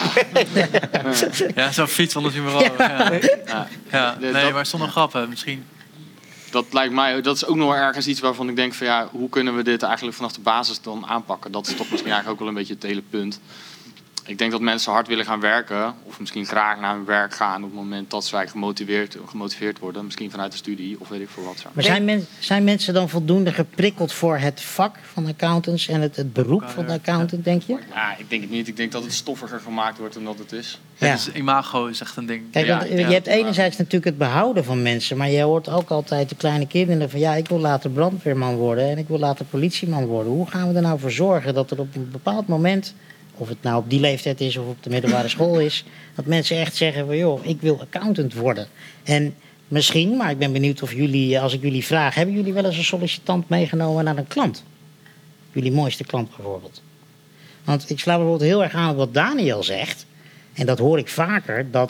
ja zo'n fiets onder zien we wel. Ja. Ja. Ja. Nee, maar zonder grappen misschien. Dat lijkt mij, dat is ook nog ergens iets waarvan ik denk van ja, hoe kunnen we dit eigenlijk vanaf de basis dan aanpakken? Dat is toch misschien eigenlijk ook wel een beetje het hele punt. Ik denk dat mensen hard willen gaan werken, of misschien graag naar hun werk gaan op het moment dat zij gemotiveerd, gemotiveerd worden, misschien vanuit de studie of weet ik veel wat. Maar zijn, men, zijn mensen dan voldoende geprikkeld voor het vak van accountants en het, het beroep van de accountant, denk je? Ja, ik denk het niet. Ik denk dat het stoffiger gemaakt wordt dan dat het is. Ja. Ja, dus imago is echt een ding. Kijk, ja, je ja, hebt enerzijds natuurlijk het behouden van mensen, maar je hoort ook altijd de kleine kinderen van ja, ik wil later brandweerman worden en ik wil later politieman worden. Hoe gaan we er nou voor zorgen dat er op een bepaald moment, of het nou op die leeftijd is of op de middelbare school is, dat mensen echt zeggen van joh, ik wil accountant worden. En misschien, maar ik ben benieuwd of jullie, als ik jullie vraag, hebben jullie wel eens een sollicitant meegenomen naar een klant? Jullie mooiste klant bijvoorbeeld. Want ik sla bijvoorbeeld heel erg aan op wat Daniel zegt. En dat hoor ik vaker, dat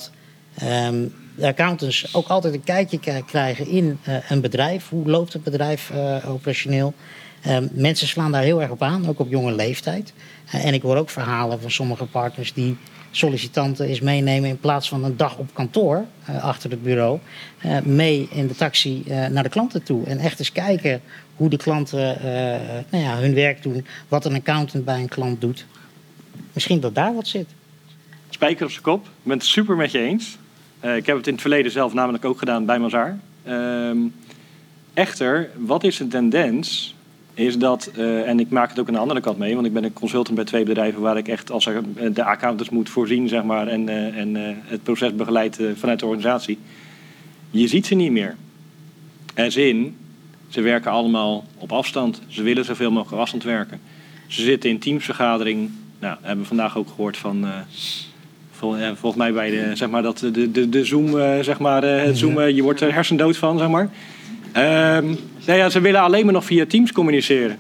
Um, de accountants ook altijd een kijkje k- krijgen in uh, een bedrijf. Hoe loopt het bedrijf uh, operationeel? Um, mensen slaan daar heel erg op aan, ook op jonge leeftijd. Uh, en ik hoor ook verhalen van sommige partners die sollicitanten eens meenemen in plaats van een dag op kantoor uh, achter het bureau, uh, mee in de taxi uh, naar de klanten toe. En echt eens kijken hoe de klanten uh, nou ja, hun werk doen, wat een accountant bij een klant doet. Misschien dat daar wat zit. Spijker op zijn kop. Ik ben het super met je eens. Uh, ik heb het in het verleden zelf namelijk ook gedaan bij Mazar. Uh, echter, wat is de tendens? Is dat, uh, en ik maak het ook aan de andere kant mee, want ik ben een consultant bij twee bedrijven waar ik echt als er, de accountants moet voorzien, zeg maar, en, uh, en uh, het proces begeleid uh, vanuit de organisatie. Je ziet ze niet meer. As in, ze werken allemaal op afstand. Ze willen zoveel mogelijk op afstand werken. Ze zitten in teamsvergadering. Nou, hebben we vandaag ook gehoord van, uh, vol, uh, volgens mij bij de, zeg maar, dat, de, de, de Zoom, uh, zeg maar, uh, het Zoom, uh, je wordt er hersendood van, zeg maar. Um, nou ja, ze willen alleen maar nog via Teams communiceren.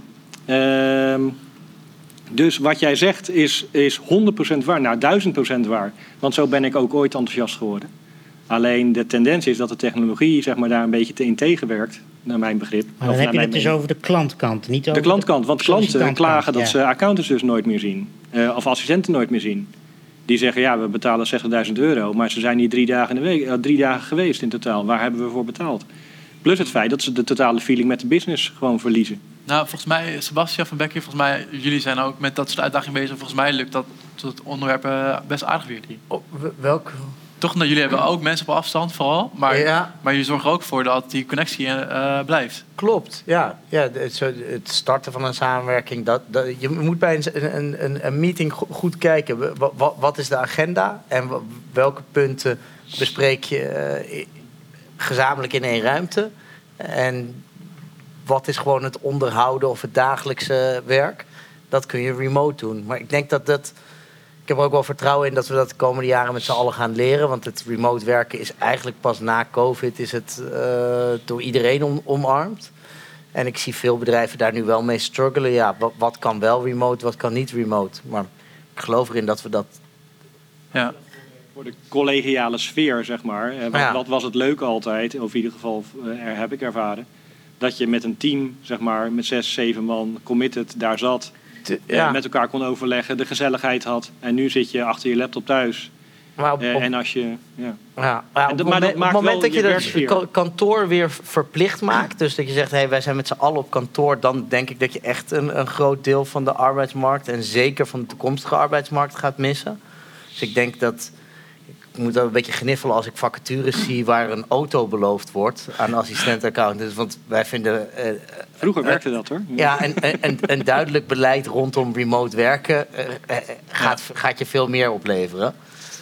Um, dus wat jij zegt is, is honderd procent waar, nou duizend procent waar. Want zo ben ik ook ooit enthousiast geworden. Alleen de tendens is dat de technologie, zeg maar, daar een beetje in tegenwerkt, naar mijn begrip. Maar dan of heb je het dus over de klantkant, niet over de klantkant. Want klanten klagen dat ja. ze accountants dus nooit meer zien. Uh, of assistenten nooit meer zien. Die zeggen, ja, we betalen zestigduizend euro, maar ze zijn hier drie dagen, in de week, uh, drie dagen geweest in totaal. Waar hebben we voor betaald? Plus het feit dat ze de totale feeling met de business gewoon verliezen. Nou, volgens mij, Sebastian van Becky, volgens mij, jullie zijn ook met dat soort uitdagingen bezig. Volgens mij lukt dat het onderwerp uh, best aardig voor jullie. Oh, welk? Toch, nou, jullie hebben ook mensen op afstand vooral, maar, ja. maar jullie zorgen er ook voor dat die connectie uh, blijft. Klopt, ja. ja het, het starten van een samenwerking, dat, dat, je moet bij een, een, een meeting goed kijken. Wat, wat is de agenda en welke punten bespreek je uh, gezamenlijk in één ruimte? En wat is gewoon het onderhouden of het dagelijkse werk? Dat kun je remote doen. Maar ik denk dat dat... Ik heb er ook wel vertrouwen in dat we dat de komende jaren met z'n allen gaan leren. Want het remote werken is eigenlijk pas na COVID is het uh, door iedereen om, omarmd. En ik zie veel bedrijven daar nu wel mee struggelen. Ja, wat, wat kan wel remote, wat kan niet remote? Maar ik geloof erin dat we dat... Ja. Voor de collegiale sfeer, zeg maar. Wat, ja. wat was het leuke altijd, of in ieder geval er, heb ik ervaren. Dat je met een team, zeg maar, met zes, zeven man, committed, daar zat... Ja. met elkaar kon overleggen, de gezelligheid had. En nu zit je achter je laptop thuis. Maar op, op, en als je... Ja. Ja, maar op, en, maar dat op het moment dat je het kantoor weer verplicht maakt... dus dat je zegt, hey, wij zijn met z'n allen op kantoor... dan denk ik dat je echt een, een groot deel van de arbeidsmarkt... en zeker van de toekomstige arbeidsmarkt gaat missen. Dus ik denk dat... Ik moet wel een beetje gniffelen als ik vacatures zie... waar een auto beloofd wordt aan assistent-accountants. Want wij vinden... Uh, Vroeger werkte uh, dat, hoor. Ja, en, en een duidelijk beleid rondom remote werken... Uh, uh, gaat, gaat je veel meer opleveren.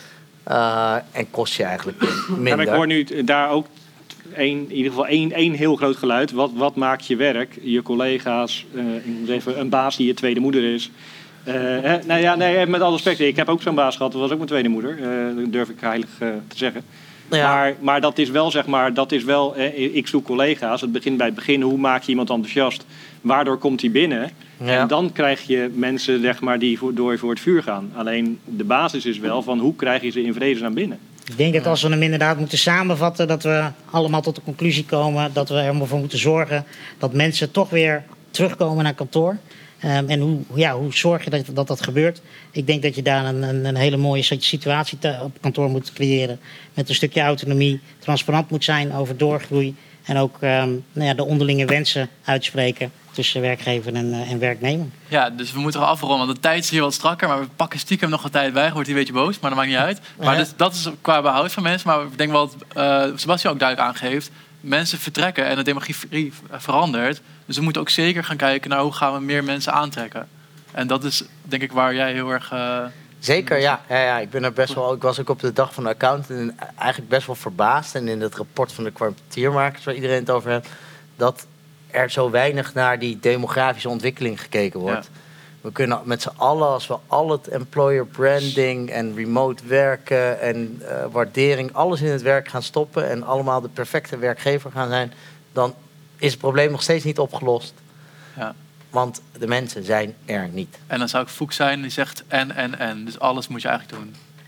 Uh, en kost je eigenlijk minder. Ja, maar ik hoor nu daar ook een, in ieder geval één, één heel groot geluid. Wat, wat maakt je werk, je collega's... Uh, even een baas die je tweede moeder is... Uh, hè, nou ja, nee, met alle respect. Ik heb ook zo'n baas gehad. Dat was ook mijn tweede moeder. Uh, dat durf ik heilig uh, te zeggen. Ja. Maar, maar dat is wel, zeg maar, dat is wel... Eh, ik zoek collega's. Het begint bij het begin. Hoe maak je iemand enthousiast? Waardoor komt hij binnen? Ja. En dan krijg je mensen, zeg maar, die voor, door voor het vuur gaan. Alleen de basis is wel van hoe krijg je ze in vredesnaam binnen? Ik denk dat als we hem inderdaad moeten samenvatten... dat we allemaal tot de conclusie komen... dat we er voor moeten zorgen dat mensen toch weer terugkomen naar kantoor... Um, en hoe, ja, hoe zorg je dat, dat dat gebeurt? Ik denk dat je daar een, een, een hele mooie situatie te, op kantoor moet creëren. Met een stukje autonomie. Transparant moet zijn over doorgroei. En ook um, nou ja, de onderlinge wensen uitspreken tussen werkgever en, uh, en werknemer. Ja, dus we moeten er afronden. Want de tijd is hier wat strakker. Maar we pakken stiekem nog een tijd bij. Wordt hij een beetje boos, maar dat maakt niet uit. Maar ja. dus, dat is qua behoud van mensen. Maar ik denk wel wat uh, Sebastian ook duidelijk aangeeft. Mensen vertrekken en de demografie verandert. Dus we moeten ook zeker gaan kijken naar hoe gaan we meer mensen aantrekken. En dat is denk ik waar jij heel erg... Uh, zeker, ja. Ja, ja. Ik ben er best wel. Ik was ook op de dag van de accountant en eigenlijk best wel verbaasd. En in het rapport van de kwartiermakers waar iedereen het over heeft, dat er zo weinig naar die demografische ontwikkeling gekeken wordt. Ja. We kunnen met z'n allen, als we al het employer branding en remote werken en uh, waardering, alles in het werk gaan stoppen en allemaal de perfecte werkgever gaan zijn, dan is het probleem nog steeds niet opgelost. Ja. Want de mensen zijn er niet. En dan zou ik Foek zijn die zegt en, en, en. Dus alles moet je eigenlijk doen.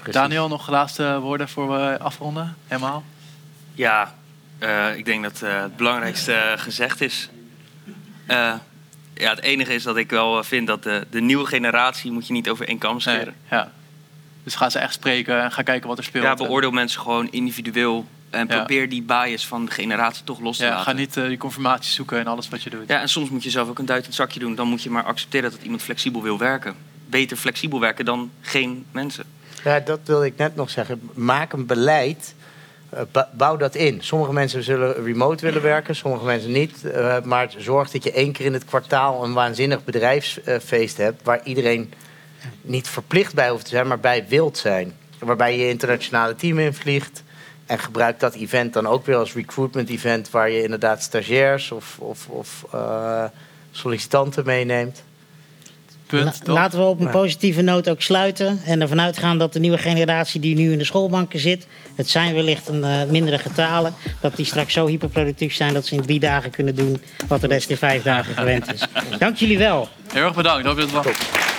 Precies. Daniel, nog laatste woorden voor we afronden? Helemaal? Ja, uh, ik denk dat uh, het belangrijkste uh, gezegd is. Uh, ja, het enige is dat ik wel vind dat de, de nieuwe generatie moet je niet over één kam scheren. Nee, ja. Dus ga ze echt spreken en ga kijken wat er speelt. Ja, beoordeel mensen gewoon individueel. En probeer ja. die bias van de generatie toch los te ja, laten. Ga niet uh, die confirmatie zoeken en alles wat je doet. Ja, en soms moet je zelf ook een duit in het zakje doen. Dan moet je maar accepteren dat iemand flexibel wil werken. Beter flexibel werken dan geen mensen. Ja, dat wilde ik net nog zeggen. Maak een beleid. Uh, bouw dat in. Sommige mensen zullen remote willen werken, sommige mensen niet. Uh, maar zorg dat je één keer in het kwartaal een waanzinnig bedrijfsfeest hebt... waar iedereen niet verplicht bij hoeft te zijn, maar bij wilt zijn. Waarbij je internationale team invliegt... En gebruik dat event dan ook weer als recruitment event... waar je inderdaad stagiairs of, of, of uh, sollicitanten meeneemt. Punt, La, laten we op een positieve noot ook sluiten. En ervan uitgaan dat de nieuwe generatie die nu in de schoolbanken zit... het zijn wellicht een uh, mindere getalen... dat die straks zo hyperproductief zijn... dat ze in drie dagen kunnen doen wat de rest in vijf dagen gewend is. Dank jullie wel. Heel erg bedankt. Hoop je het wel.